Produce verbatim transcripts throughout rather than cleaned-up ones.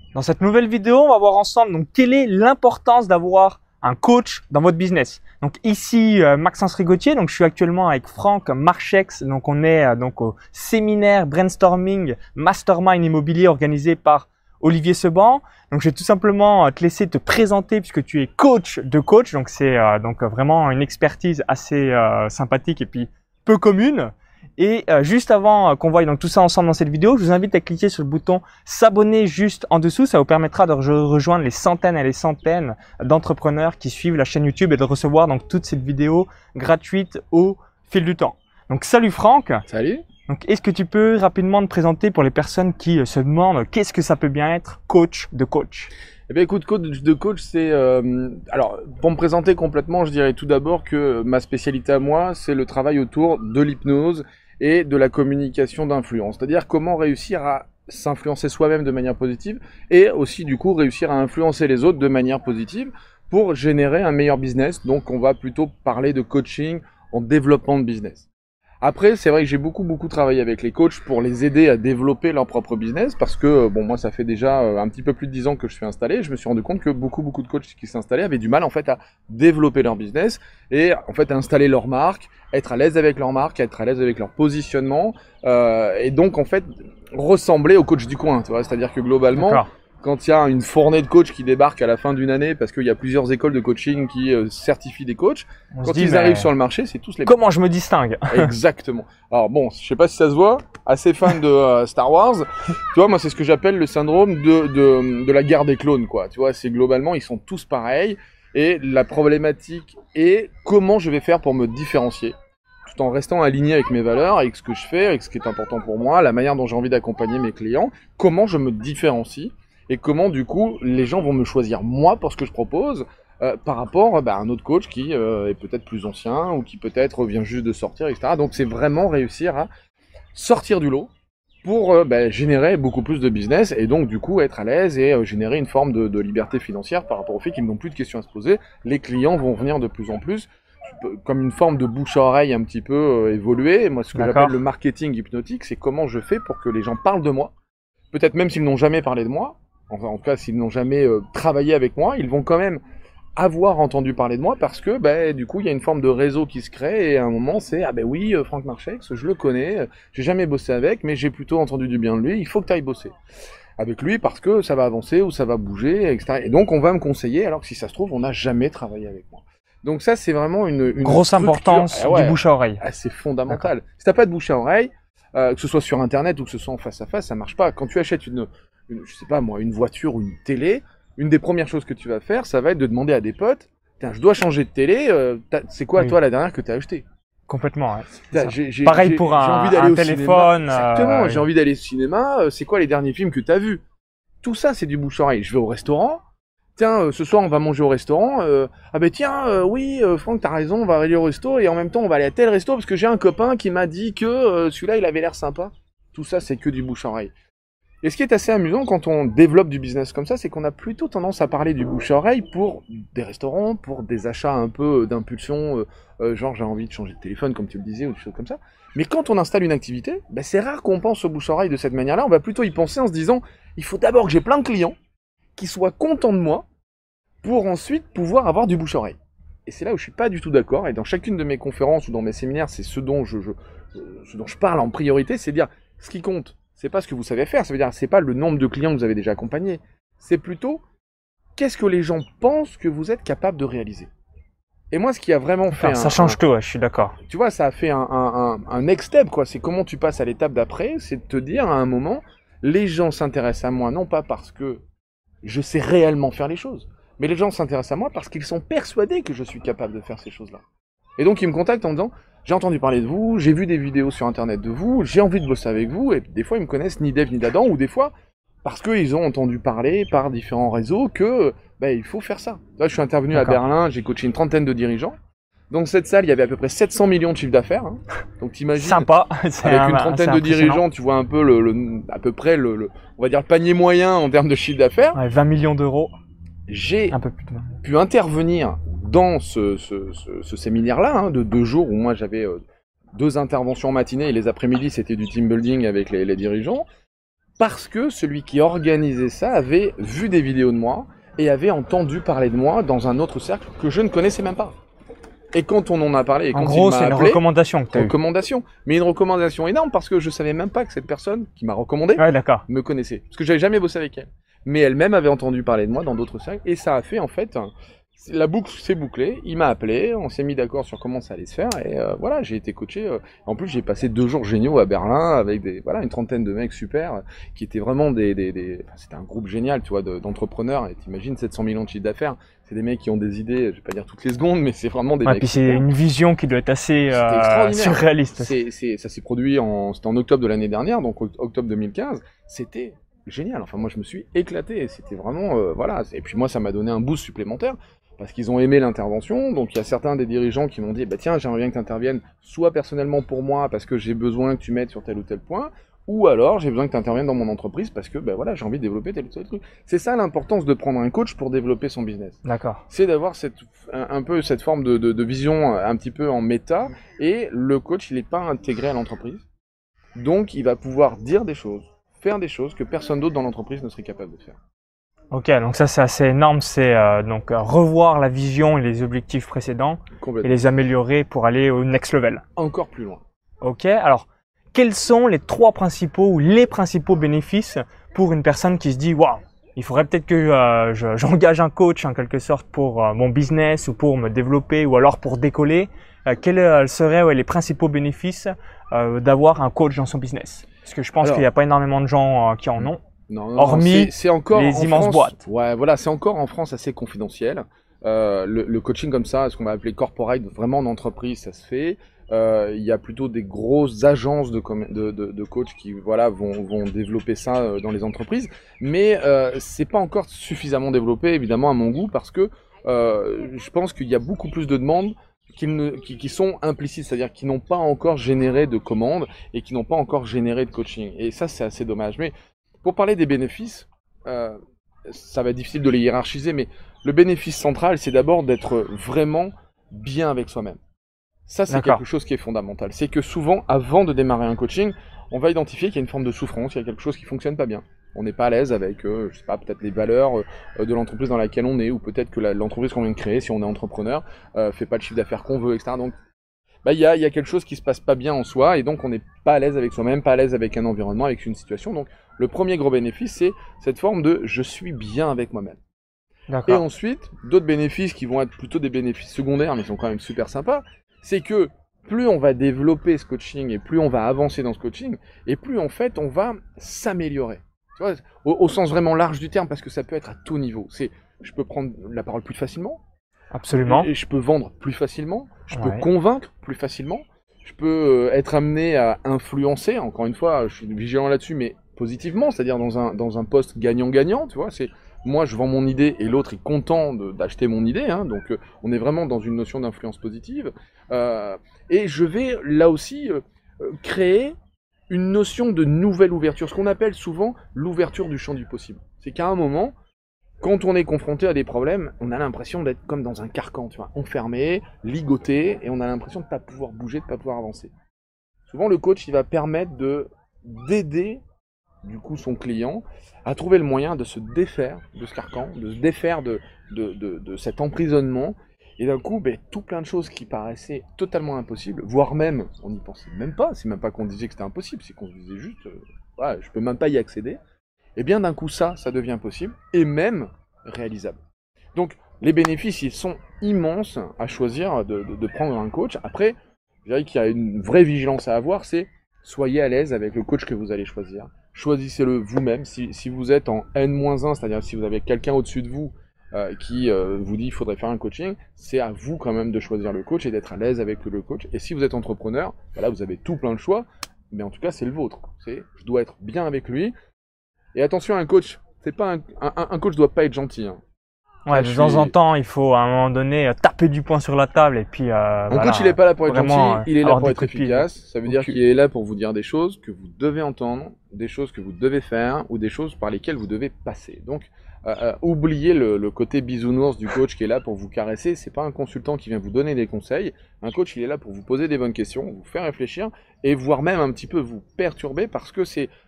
Dans cette nouvelle vidéo, on va voir ensemble donc quelle est l'importance d'avoir un coach dans votre business. Donc ici euh, Maxence Rigotier, donc je suis actuellement avec Franck Marchex, donc on est euh, donc au séminaire brainstorming mastermind immobilier organisé par Olivier Seban. Donc je vais tout simplement te laisser te présenter puisque tu es coach de coach, donc c'est euh, donc vraiment une expertise assez euh, sympathique et puis peu commune. Et euh, juste avant euh, qu'on voie donc tout ça ensemble dans cette vidéo, je vous invite à cliquer sur le bouton s'abonner juste en dessous. Ça vous permettra de re rejoindre les centaines et les centaines d'entrepreneurs qui suivent la chaîne YouTube et de recevoir donc toute cette vidéo gratuite au fil du temps. Donc salut Franck. Salut. Donc est-ce que tu peux rapidement te présenter pour les personnes qui euh, se demandent qu'est-ce que ça peut bien être coach de coach? Eh bien, écoute, coach de coach, c'est... Euh, alors, pour me présenter complètement, je dirais tout d'abord que ma spécialité à moi, c'est le travail autour de l'hypnose et de la communication d'influence. C'est-à-dire comment réussir à s'influencer soi-même de manière positive et aussi, du coup, réussir à influencer les autres de manière positive pour générer un meilleur business. Donc, on va plutôt parler de coaching en développement de business. Après, c'est vrai que j'ai beaucoup, beaucoup travaillé avec les coachs pour les aider à développer leur propre business parce que, bon, moi, ça fait déjà un petit peu plus de dix ans que je suis installé. Je me suis rendu compte que beaucoup, beaucoup de coachs qui s'installaient avaient du mal, en fait, à développer leur business et, en fait, à installer leur marque, être à l'aise avec leur marque, être à l'aise avec leur positionnement euh, et donc, en fait, ressembler au coach du coin, tu vois. C'est-à-dire que, globalement, quand il y a une fournée de coachs qui débarquent à la fin d'une année, parce qu'il y a plusieurs écoles de coaching qui euh, certifient des coachs, on quand dit, ils arrivent sur le marché, c'est tous les mêmes. Comment je me distingue? Exactement. Alors bon, je sais pas si ça se voit, assez fan de euh, Star Wars, tu vois, moi c'est ce que j'appelle le syndrome de, de, de la guerre des clones, quoi. Tu vois, c'est globalement, ils sont tous pareils, et la problématique est comment je vais faire pour me différencier, tout en restant aligné avec mes valeurs, avec ce que je fais, avec ce qui est important pour moi, la manière dont j'ai envie d'accompagner mes clients, comment je me différencie, et comment, du coup, les gens vont me choisir, moi, pour ce que je propose, euh, par rapport bah, à un autre coach qui euh, est peut-être plus ancien, ou qui peut-être vient juste de sortir, et cetera. Donc, c'est vraiment réussir à sortir du lot pour euh, bah, générer beaucoup plus de business, et donc, du coup, être à l'aise et euh, générer une forme de, de liberté financière par rapport au fait qu'ils n'ont plus de questions à se poser. Les clients vont venir de plus en plus, comme une forme de bouche à oreille un petit peu euh, évoluée. Moi, ce que j'appelle le marketing hypnotique, c'est comment je fais pour que les gens parlent de moi, peut-être même s'ils n'ont jamais parlé de moi. Enfin, en tout cas, s'ils n'ont jamais euh, travaillé avec moi, ils vont quand même avoir entendu parler de moi parce que, bah, du coup, il y a une forme de réseau qui se crée et à un moment, c'est « Ah ben oui, euh, Franck Marchex, je le connais, euh, j'ai jamais bossé avec, mais j'ai plutôt entendu du bien de lui, il faut que tu ailles bosser avec lui parce que ça va avancer ou ça va bouger, et cetera » Et donc, on va me conseiller alors que si ça se trouve, on n'a jamais travaillé avec moi. Donc ça, c'est vraiment une, une grosse importance ah ouais, du bouche à oreille. Ah, c'est fondamental. Si t'as pas de bouche à oreille, euh, que ce soit sur Internet ou que ce soit en face à face, ça marche pas. Quand tu achètes une Une, je sais pas moi, une voiture ou une télé, une des premières choses que tu vas faire, ça va être de demander à des potes, tiens, je dois changer de télé, euh, c'est quoi oui. toi la dernière que tu as acheté? Complètement, ouais. J ai, j ai, Pareil j ai, pour un, envie un au téléphone. Cinéma. Exactement, euh, j'ai envie d'aller au cinéma, euh, c'est quoi les derniers films que tu as vus? Tout ça, c'est du bouche-oreille. Je vais au restaurant, tiens, euh, ce soir on va manger au restaurant, euh, ah ben tiens, euh, oui, euh, Franck, t'as raison, on va aller au resto, et en même temps on va aller à tel resto parce que j'ai un copain qui m'a dit que euh, celui-là il avait l'air sympa. Tout ça, c'est que du bouche-oreille. Et ce qui est assez amusant quand on développe du business comme ça, c'est qu'on a plutôt tendance à parler du bouche-à-oreille pour des restaurants, pour des achats un peu d'impulsion, euh, euh, genre j'ai envie de changer de téléphone comme tu le disais, ou des choses comme ça. Mais quand on installe une activité, bah c'est rare qu'on pense au bouche-à-oreille de cette manière-là, on va plutôt y penser en se disant, il faut d'abord que j'ai plein de clients qui soient contents de moi pour ensuite pouvoir avoir du bouche-à-oreille. Et c'est là où je suis pas du tout d'accord, et dans chacune de mes conférences ou dans mes séminaires, c'est ce dont je, je, ce dont je parle en priorité, c'est dire ce qui compte. C'est pas ce que vous savez faire, ça veut dire c'est pas le nombre de clients que vous avez déjà accompagnés, c'est plutôt qu'est-ce que les gens pensent que vous êtes capable de réaliser. Et moi, ce qui a vraiment fait, ça un, change un, tout, ouais, je suis d'accord. Tu vois, ça a fait un, un, un, un next step, quoi. C'est comment tu passes à l'étape d'après, c'est de te dire à un moment, les gens s'intéressent à moi non pas parce que je sais réellement faire les choses, mais les gens s'intéressent à moi parce qu'ils sont persuadés que je suis capable de faire ces choses-là. Et donc ils me contactent en me disant, j'ai entendu parler de vous, j'ai vu des vidéos sur internet de vous, j'ai envie de bosser avec vous, et des fois ils me connaissent ni d'Ève ni d'Adam, ou des fois parce qu'ils ont entendu parler par différents réseaux que bah, il faut faire ça. Là, je suis intervenu à Berlin, j'ai coaché une trentaine de dirigeants. Dans cette salle, il y avait à peu près sept cents millions de chiffre d'affaires. Hein. Donc t'imagines, sympa, avec un, une trentaine de dirigeants, tu vois un peu le, le à peu près le, le, on va dire le panier moyen en termes de chiffre d'affaires. Ouais, vingt millions d'euros. J'ai pu intervenir dans ce, ce, ce, ce séminaire-là, hein, de deux jours où moi j'avais euh, deux interventions matinées et les après-midi c'était du team building avec les, les dirigeants. Parce que celui qui organisait ça avait vu des vidéos de moi et avait entendu parler de moi dans un autre cercle que je ne connaissais même pas. Et quand on en a parlé, et quand En gros, il m'a c'est une appelé, recommandation que tu as eue. recommandation, mais une recommandation énorme parce que je savais même pas que cette personne qui m'a recommandé Ouais, d'accord. me connaissait. Parce que j'avais jamais bossé avec elle. Mais elle-même avait entendu parler de moi dans d'autres cercles et ça a fait en fait, la boucle s'est bouclée, il m'a appelé, on s'est mis d'accord sur comment ça allait se faire et euh, voilà, j'ai été coaché. Euh, en plus, j'ai passé deux jours géniaux à Berlin avec des, voilà, une trentaine de mecs super euh, qui étaient vraiment des, des, des... Enfin, c'était un groupe génial, tu vois, de, d'entrepreneurs. Et t'imagines sept cents millions de chiffre d'affaires, c'est des mecs qui ont des idées, je vais pas dire toutes les secondes, mais c'est vraiment des Ouais, mecs. puis c'est super. une vision qui doit être assez C'était euh, extraordinaire. surréaliste. C'est, c'est, ça s'est produit en, c'était en octobre de l'année dernière, donc oct- octobre deux mille quinze. C'était génial. Enfin, moi, je me suis éclaté. Et c'était vraiment, euh, voilà. Et puis moi, ça m'a donné un boost supplémentaire parce qu'ils ont aimé l'intervention. Donc, il y a certains des dirigeants qui m'ont dit, bah tiens, j'aimerais bien que tu interviennes, soit personnellement pour moi parce que j'ai besoin que tu m'aides sur tel ou tel point, ou alors j'ai besoin que tu interviennes dans mon entreprise parce que, ben voilà, j'ai envie de développer tel ou tel truc. C'est ça l'importance de prendre un coach pour développer son business. D'accord. C'est d'avoir cette, un, un peu cette forme de, de, de vision un petit peu en méta, et le coach, il n'est pas intégré à l'entreprise. Donc, il va pouvoir dire des choses, faire des choses que personne d'autre dans l'entreprise ne serait capable de faire. Ok, donc ça c'est assez énorme, c'est euh, donc euh, revoir la vision et les objectifs précédents et Complètement. les améliorer pour aller au next level. Encore plus loin. Ok, alors quels sont les trois principaux ou les principaux bénéfices pour une personne qui se dit waouh, il faudrait peut-être que euh, je- j'engage un coach en quelque sorte pour euh, mon business ou pour me développer ou alors pour décoller. Euh, quels euh, seraient ouais, les principaux bénéfices euh, d'avoir un coach dans son business? Parce que je pense Alors- qu'il n'y a pas énormément de gens euh, qui en ont. Non, non, Hormis c'est, c'est encore les en immenses France, boîtes. Ouais, voilà, c'est encore en France assez confidentiel. Euh, le, le coaching comme ça, ce qu'on va appeler corporate, vraiment en entreprise, ça se fait. Euh, Il y a plutôt des grosses agences de, com- de, de, de coachs qui voilà, vont, vont développer ça euh, dans les entreprises. Mais euh, c'est pas encore suffisamment développé, évidemment, à mon goût, parce que euh, je pense qu'il y a beaucoup plus de demandes qui, ne, qui, qui sont implicites, c'est-à-dire qui n'ont pas encore généré de commandes et qui n'ont pas encore généré de coaching. Et ça, c'est assez dommage. Mais pour parler des bénéfices, euh, ça va être difficile de les hiérarchiser, mais le bénéfice central, c'est d'abord d'être vraiment bien avec soi-même. Ça, c'est D'accord. quelque chose qui est fondamental. C'est que souvent, avant de démarrer un coaching, on va identifier qu'il y a une forme de souffrance, il y a quelque chose qui fonctionne pas bien. On n'est pas à l'aise avec, euh, je sais pas, peut-être les valeurs euh, de l'entreprise dans laquelle on est, ou peut-être que la- l'entreprise qu'on vient de créer, si on est entrepreneur, euh, fait pas le chiffre d'affaires qu'on veut, et cetera. Donc, bah, il y a, il y a quelque chose qui se passe pas bien en soi, et donc on n'est pas à l'aise avec soi-même, pas à l'aise avec un environnement, avec une situation. Donc, le premier gros bénéfice, c'est cette forme de je suis bien avec moi-même. Et D'accord. ensuite, d'autres bénéfices qui vont être plutôt des bénéfices secondaires, mais qui sont quand même super sympas, c'est que plus on va développer ce coaching et plus on va avancer dans ce coaching, et plus en fait on va s'améliorer. Tu vois, au, au sens vraiment large du terme, parce que ça peut être à tout niveau. C'est, je peux prendre la parole plus facilement, Absolument. et je peux vendre plus facilement, je peux Ouais. convaincre plus facilement, je peux euh, être amené à influencer, encore une fois, je suis vigilant là-dessus, mais positivement, c'est-à-dire dans un, dans un poste gagnant-gagnant, tu vois, c'est moi je vends mon idée et l'autre est content de- d'acheter mon idée, hein, donc euh, on est vraiment dans une notion d'influence positive, euh, et je vais là aussi euh, euh, créer une notion de nouvelle ouverture, ce qu'on appelle souvent l'ouverture du champ du possible. C'est qu'à un moment, quand on est confronté à des problèmes, on a l'impression d'être comme dans un carcan, tu vois, enfermé, ligoté, et on a l'impression de ne pas pouvoir bouger, de ne pas pouvoir avancer. Souvent, le coach, il va permettre de d'aider, du coup, son client à trouver le moyen de se défaire de ce carcan, de se défaire de, de, de, de cet emprisonnement, et d'un coup, ben, tout plein de choses qui paraissaient totalement impossibles, voire même, on n'y pensait même pas, c'est même pas qu'on disait que c'était impossible, c'est qu'on se disait juste, euh, ouais, je peux même pas y accéder, et bien d'un coup ça, ça devient possible, et même réalisable. Donc les bénéfices, ils sont immenses à choisir de, de, de prendre un coach. Après, je dirais qu'il y a une vraie vigilance à avoir, c'est soyez à l'aise avec le coach que vous allez choisir. Choisissez-le vous-même. Si, si vous êtes en N moins un, c'est-à-dire si vous avez quelqu'un au-dessus de vous euh, qui euh, vous dit qu'il faudrait faire un coaching, c'est à vous quand même de choisir le coach et d'être à l'aise avec le coach. Et si vous êtes entrepreneur, voilà, vous avez tout plein de choix, mais en tout cas c'est le vôtre. C'est, je dois être bien avec lui. Et attention, un coach, c'est pas un, un, un coach doit pas être gentil. Hein. Ouais, je de temps suis- en temps, il faut à un moment donné euh, taper du poing sur la table et puis. Euh, Un voilà, coach, il est pas là pour être vraiment, gentil, il est là avoir pour des être coups de pied efficace. Ça veut au dire cul. qu'il est là pour vous dire des choses que vous devez entendre, des choses que vous devez faire ou des choses par lesquelles vous devez passer. Donc, euh, euh, oubliez le, le côté bisounours du coach qui est là pour vous caresser. C'est pas un consultant qui vient vous donner des conseils. Un coach, il est là pour vous poser des bonnes questions, vous faire réfléchir et voire même un petit peu vous perturber parce que c'est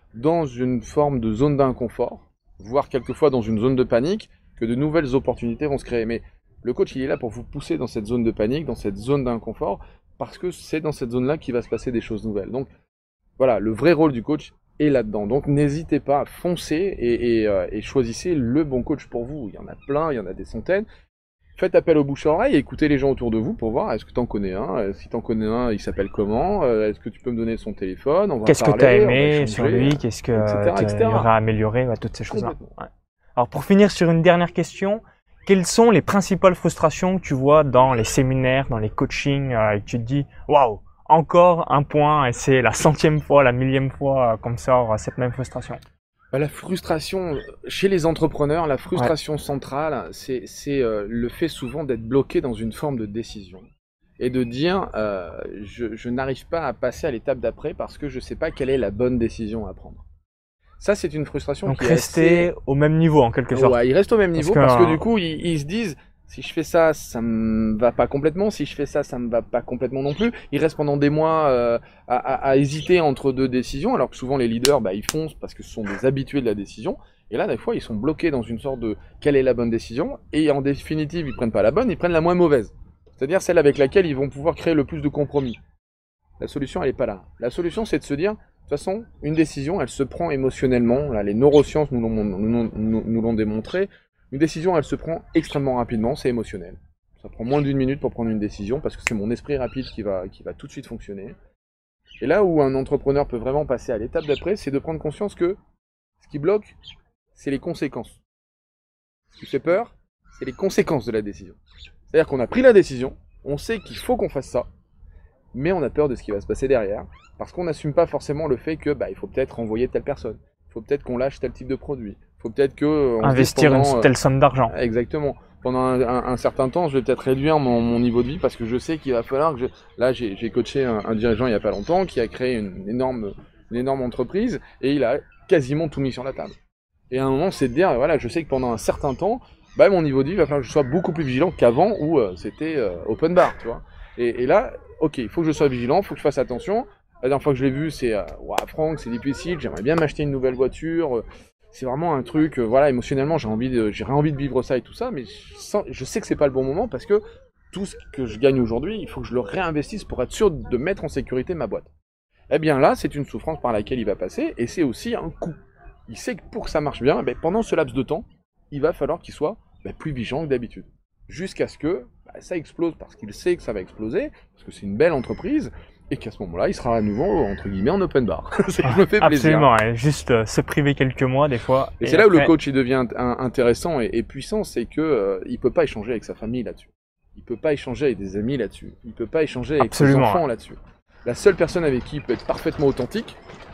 dans une forme de zone d'inconfort, voire quelquefois dans une zone de panique, que de nouvelles opportunités vont se créer. Mais le coach, il est là pour vous pousser dans cette zone de panique, dans cette zone d'inconfort, parce que c'est dans cette zone-là qu'il va se passer des choses nouvelles. Donc voilà, le vrai rôle du coach est là-dedans. Donc n'hésitez pas, foncez et, et, euh, et choisissez le bon coach pour vous. Il y en a plein, il y en a des centaines. Faites appel au bouche à oreille, écoutez les gens autour de vous pour voir, est-ce que tu en connais un, si tu en connais un, il s'appelle comment, est-ce que tu peux me donner son téléphone, on va Qu'est-ce que tu as aimé sur lui, qu'est-ce qu'est-ce que tu aurais amélioré, ouais, toutes ces choses-là. Ouais. Alors pour finir sur une dernière question, quelles sont les principales frustrations que tu vois dans les séminaires, dans les coachings, euh, et que tu te dis, waouh, encore un point et c'est la centième fois, la millième fois euh, qu'on me sort euh, cette même frustration? La frustration, chez les entrepreneurs, la frustration ouais. centrale, c'est euh, le fait souvent d'être bloqué dans une forme de décision. Et de dire, euh, je, je n'arrive pas à passer à l'étape d'après parce que je ne sais pas quelle est la bonne décision à prendre. Ça, c'est une frustration Donc qui rester est assez... au même niveau en quelque sorte. Ouais, ils restent au même niveau parce que, parce que du coup, ils, ils se disent... Si je fais ça, ça me va pas complètement. Si je fais ça, ça me va pas complètement non plus. Ils restent pendant des mois euh, à, à, à hésiter entre deux décisions, alors que souvent les leaders, bah, ils foncent parce que ce sont des habitués de la décision. Et là, des fois, ils sont bloqués dans une sorte de quelle est la bonne décision. Et en définitive, ils prennent pas la bonne, ils prennent la moins mauvaise. C'est-à-dire celle avec laquelle ils vont pouvoir créer le plus de compromis. La solution, elle est pas là. La solution, c'est de se dire, de toute façon, une décision, elle se prend émotionnellement. Là, les neurosciences nous l'ont nous, nous, nous l'ont démontré. Une décision, elle se prend extrêmement rapidement, c'est émotionnel. Ça prend moins d'une minute pour prendre une décision parce que c'est mon esprit rapide qui va, qui va tout de suite fonctionner. Et là où un entrepreneur peut vraiment passer à l'étape d'après, c'est de prendre conscience que ce qui bloque, c'est les conséquences. Ce qui fait peur, c'est les conséquences de la décision. C'est-à-dire qu'on a pris la décision, on sait qu'il faut qu'on fasse ça, mais on a peur de ce qui va se passer derrière parce qu'on n'assume pas forcément le fait que bah, il faut peut-être envoyer telle personne, il faut peut-être qu'on lâche tel type de produit. Faut peut-être que on investir pendant, une telle somme d'argent. Exactement. Pendant un, un, un certain temps, je vais peut-être réduire mon, mon niveau de vie parce que je sais qu'il va falloir que je... Là, j'ai coaché un, un dirigeant il y a pas longtemps qui a créé une énorme, une énorme entreprise et il a quasiment tout mis sur la table. Et à un moment, c'est de dire, voilà, je sais que pendant un certain temps, bah, mon niveau de vie va falloir que je sois beaucoup plus vigilant qu'avant où euh, c'était euh, open bar, tu vois. Et, et là, ok, il faut que je sois vigilant, il faut que je fasse attention. La dernière fois que je l'ai vu, c'est, euh, ouah, Franck, c'est difficile, j'aimerais bien m'acheter une nouvelle voiture. Euh, C'est vraiment un truc, euh, voilà, émotionnellement, j'ai envie de, j'ai envie de vivre ça et tout ça, mais je, sens, je sais que c'est pas le bon moment parce que tout ce que je gagne aujourd'hui, il faut que je le réinvestisse pour être sûr de mettre en sécurité ma boîte. Eh bien là, c'est une souffrance par laquelle il va passer et c'est aussi un coût. Il sait que pour que ça marche bien, ben, pendant ce laps de temps, il va falloir qu'il soit ben, plus vigilant que d'habitude. Jusqu'à ce que ben, ça explose parce qu'il sait que ça va exploser, parce que c'est une belle entreprise. Et qu'à ce moment-là, il sera à nouveau, entre guillemets, en open bar. Ça me fait plaisir. Absolument, ouais. Juste euh, se priver quelques mois, des fois. Et, et c'est là après... où le coach il devient un, intéressant et, et puissant, c'est que euh, il peut pas échanger avec sa famille là-dessus. Il peut pas échanger avec des amis là-dessus. Il peut pas échanger avec Absolument, ses enfants ouais. là-dessus. La seule personne avec qui il peut être parfaitement authentique,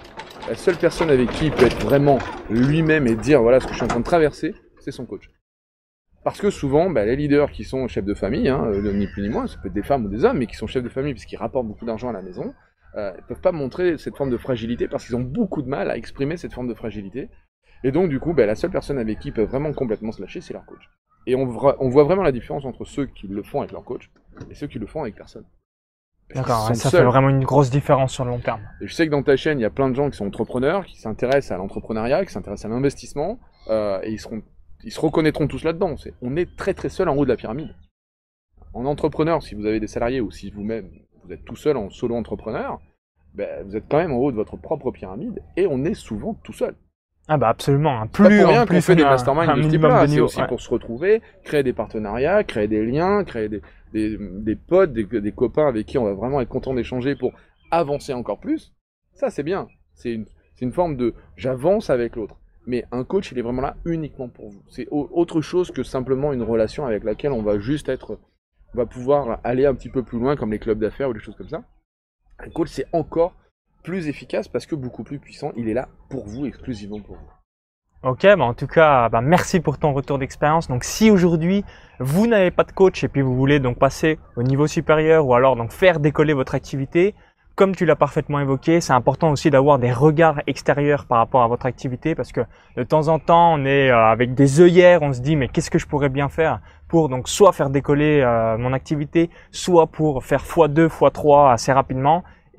la seule personne avec qui il peut être vraiment lui-même et dire voilà ce que je suis en train de traverser, c'est son coach. Parce que souvent, bah, les leaders qui sont chefs de famille, hein, ni plus ni moins, ça peut être des femmes ou des hommes, mais qui sont chefs de famille puisqu'ils rapportent beaucoup d'argent à la maison, euh, ils ne peuvent pas montrer cette forme de fragilité parce qu'ils ont beaucoup de mal à exprimer cette forme de fragilité. Et donc, du coup, bah, la seule personne avec qui ils peuvent vraiment complètement se lâcher, c'est leur coach. Et on, on voit vraiment la différence entre ceux qui le font avec leur coach et ceux qui le font avec personne. D'accord, ça seuls. fait vraiment une grosse différence sur le long terme. Et je sais que dans ta chaîne, il y a plein de gens qui sont entrepreneurs, qui s'intéressent à l'entrepreneuriat, qui s'intéressent à l'investissement, euh, et ils seront Ils se reconnaîtront tous là-dedans. On est très très seul en haut de la pyramide. En entrepreneur, si vous avez des salariés ou si vous-même vous êtes tout seul en solo entrepreneur, ben, vous êtes quand même en haut de votre propre pyramide et on est souvent tout seul. Ah bah absolument. Hein. Plus pas pour rien qu'on fait des masterminds de ce type-là. C'est aussi ouais. pour se retrouver, créer des partenariats, créer des liens, créer des, des, des potes, des, des copains avec qui on va vraiment être content d'échanger pour avancer encore plus. Ça c'est bien. C'est une, c'est une forme de j'avance avec l'autre. Mais un coach, il est vraiment là uniquement pour vous. C'est autre chose que simplement une relation avec laquelle on va juste être, on va pouvoir aller un petit peu plus loin, comme les clubs d'affaires ou des choses comme ça. Un coach, c'est encore plus efficace parce que beaucoup plus puissant. Il est là pour vous, exclusivement pour vous. Ok, bah en tout cas, bah merci pour ton retour d'expérience. Donc, si aujourd'hui vous n'avez pas de coach et puis vous voulez donc passer au niveau supérieur ou alors donc faire décoller votre activité, comme tu l'as parfaitement évoqué, c'est important aussi d'avoir des regards extérieurs par rapport à votre activité parce que de temps en temps, on est avec des œillères, on se dit mais qu'est-ce que je pourrais bien faire pour donc soit faire décoller euh, mon activité, soit pour faire fois deux, fois trois assez rapidement. Et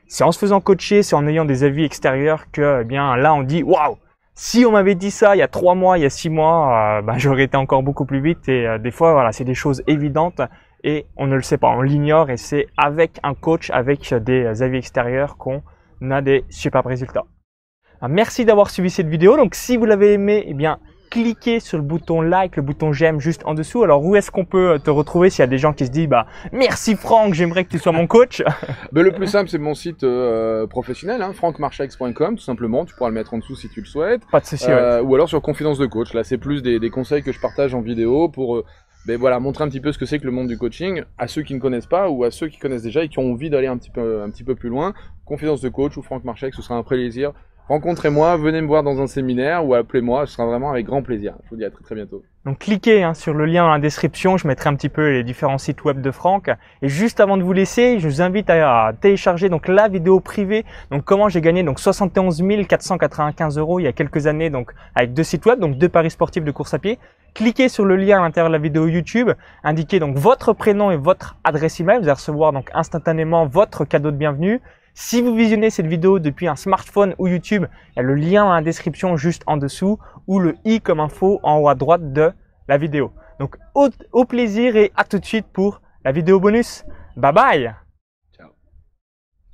c'est en se faisant coacher, c'est en ayant des avis extérieurs que, eh bien, là, on dit waouh. Si on m'avait dit ça il y a trois mois, il y a six mois, euh, bah, j'aurais été encore beaucoup plus vite. Et euh, des fois, voilà, c'est des choses évidentes et on ne le sait pas, on l'ignore. Et c'est avec un coach, avec des avis extérieurs qu'on a des superbes résultats. Alors, merci d'avoir suivi cette vidéo. Donc, si vous l'avez aimé, eh bien, cliquez sur le bouton like, le bouton j'aime juste en dessous. Alors, où est-ce qu'on peut te retrouver s'il y a des gens qui se disent bah merci Franck, j'aimerais que tu sois mon coach? Ben, le plus simple, c'est mon site euh, professionnel, hein, franck marchex point com, tout simplement. Tu pourras le mettre en dessous si tu le souhaites. Pas de souci. Euh, ouais. Ou alors sur Confidence de coach. Là, c'est plus des, des conseils que je partage en vidéo pour euh, ben, voilà, montrer un petit peu ce que c'est que le monde du coaching à ceux qui ne connaissent pas ou à ceux qui connaissent déjà et qui ont envie d'aller un petit peu, un petit peu plus loin. Confidence de coach ou Franck Marchex, ce sera un plaisir. Rencontrez-moi, venez me voir dans un séminaire ou appelez-moi, ce sera vraiment avec grand plaisir. Je vous dis à très très bientôt. Donc cliquez hein, sur le lien dans la description, je mettrai un petit peu les différents sites web de Franck. Et juste avant de vous laisser, je vous invite à, à télécharger donc la vidéo privée. Donc comment j'ai gagné donc soixante et onze mille quatre cent quatre-vingt-quinze euros il y a quelques années donc avec deux sites web, donc deux paris sportifs de course à pied. Cliquez sur le lien à l'intérieur de la vidéo YouTube, indiquez donc votre prénom et votre adresse email, vous allez recevoir donc instantanément votre cadeau de bienvenue. Si vous visionnez cette vidéo depuis un smartphone ou YouTube, il y a le lien dans la description juste en dessous ou le i comme info en haut à droite de la vidéo. Donc au, au plaisir et à tout de suite pour la vidéo bonus. Bye bye!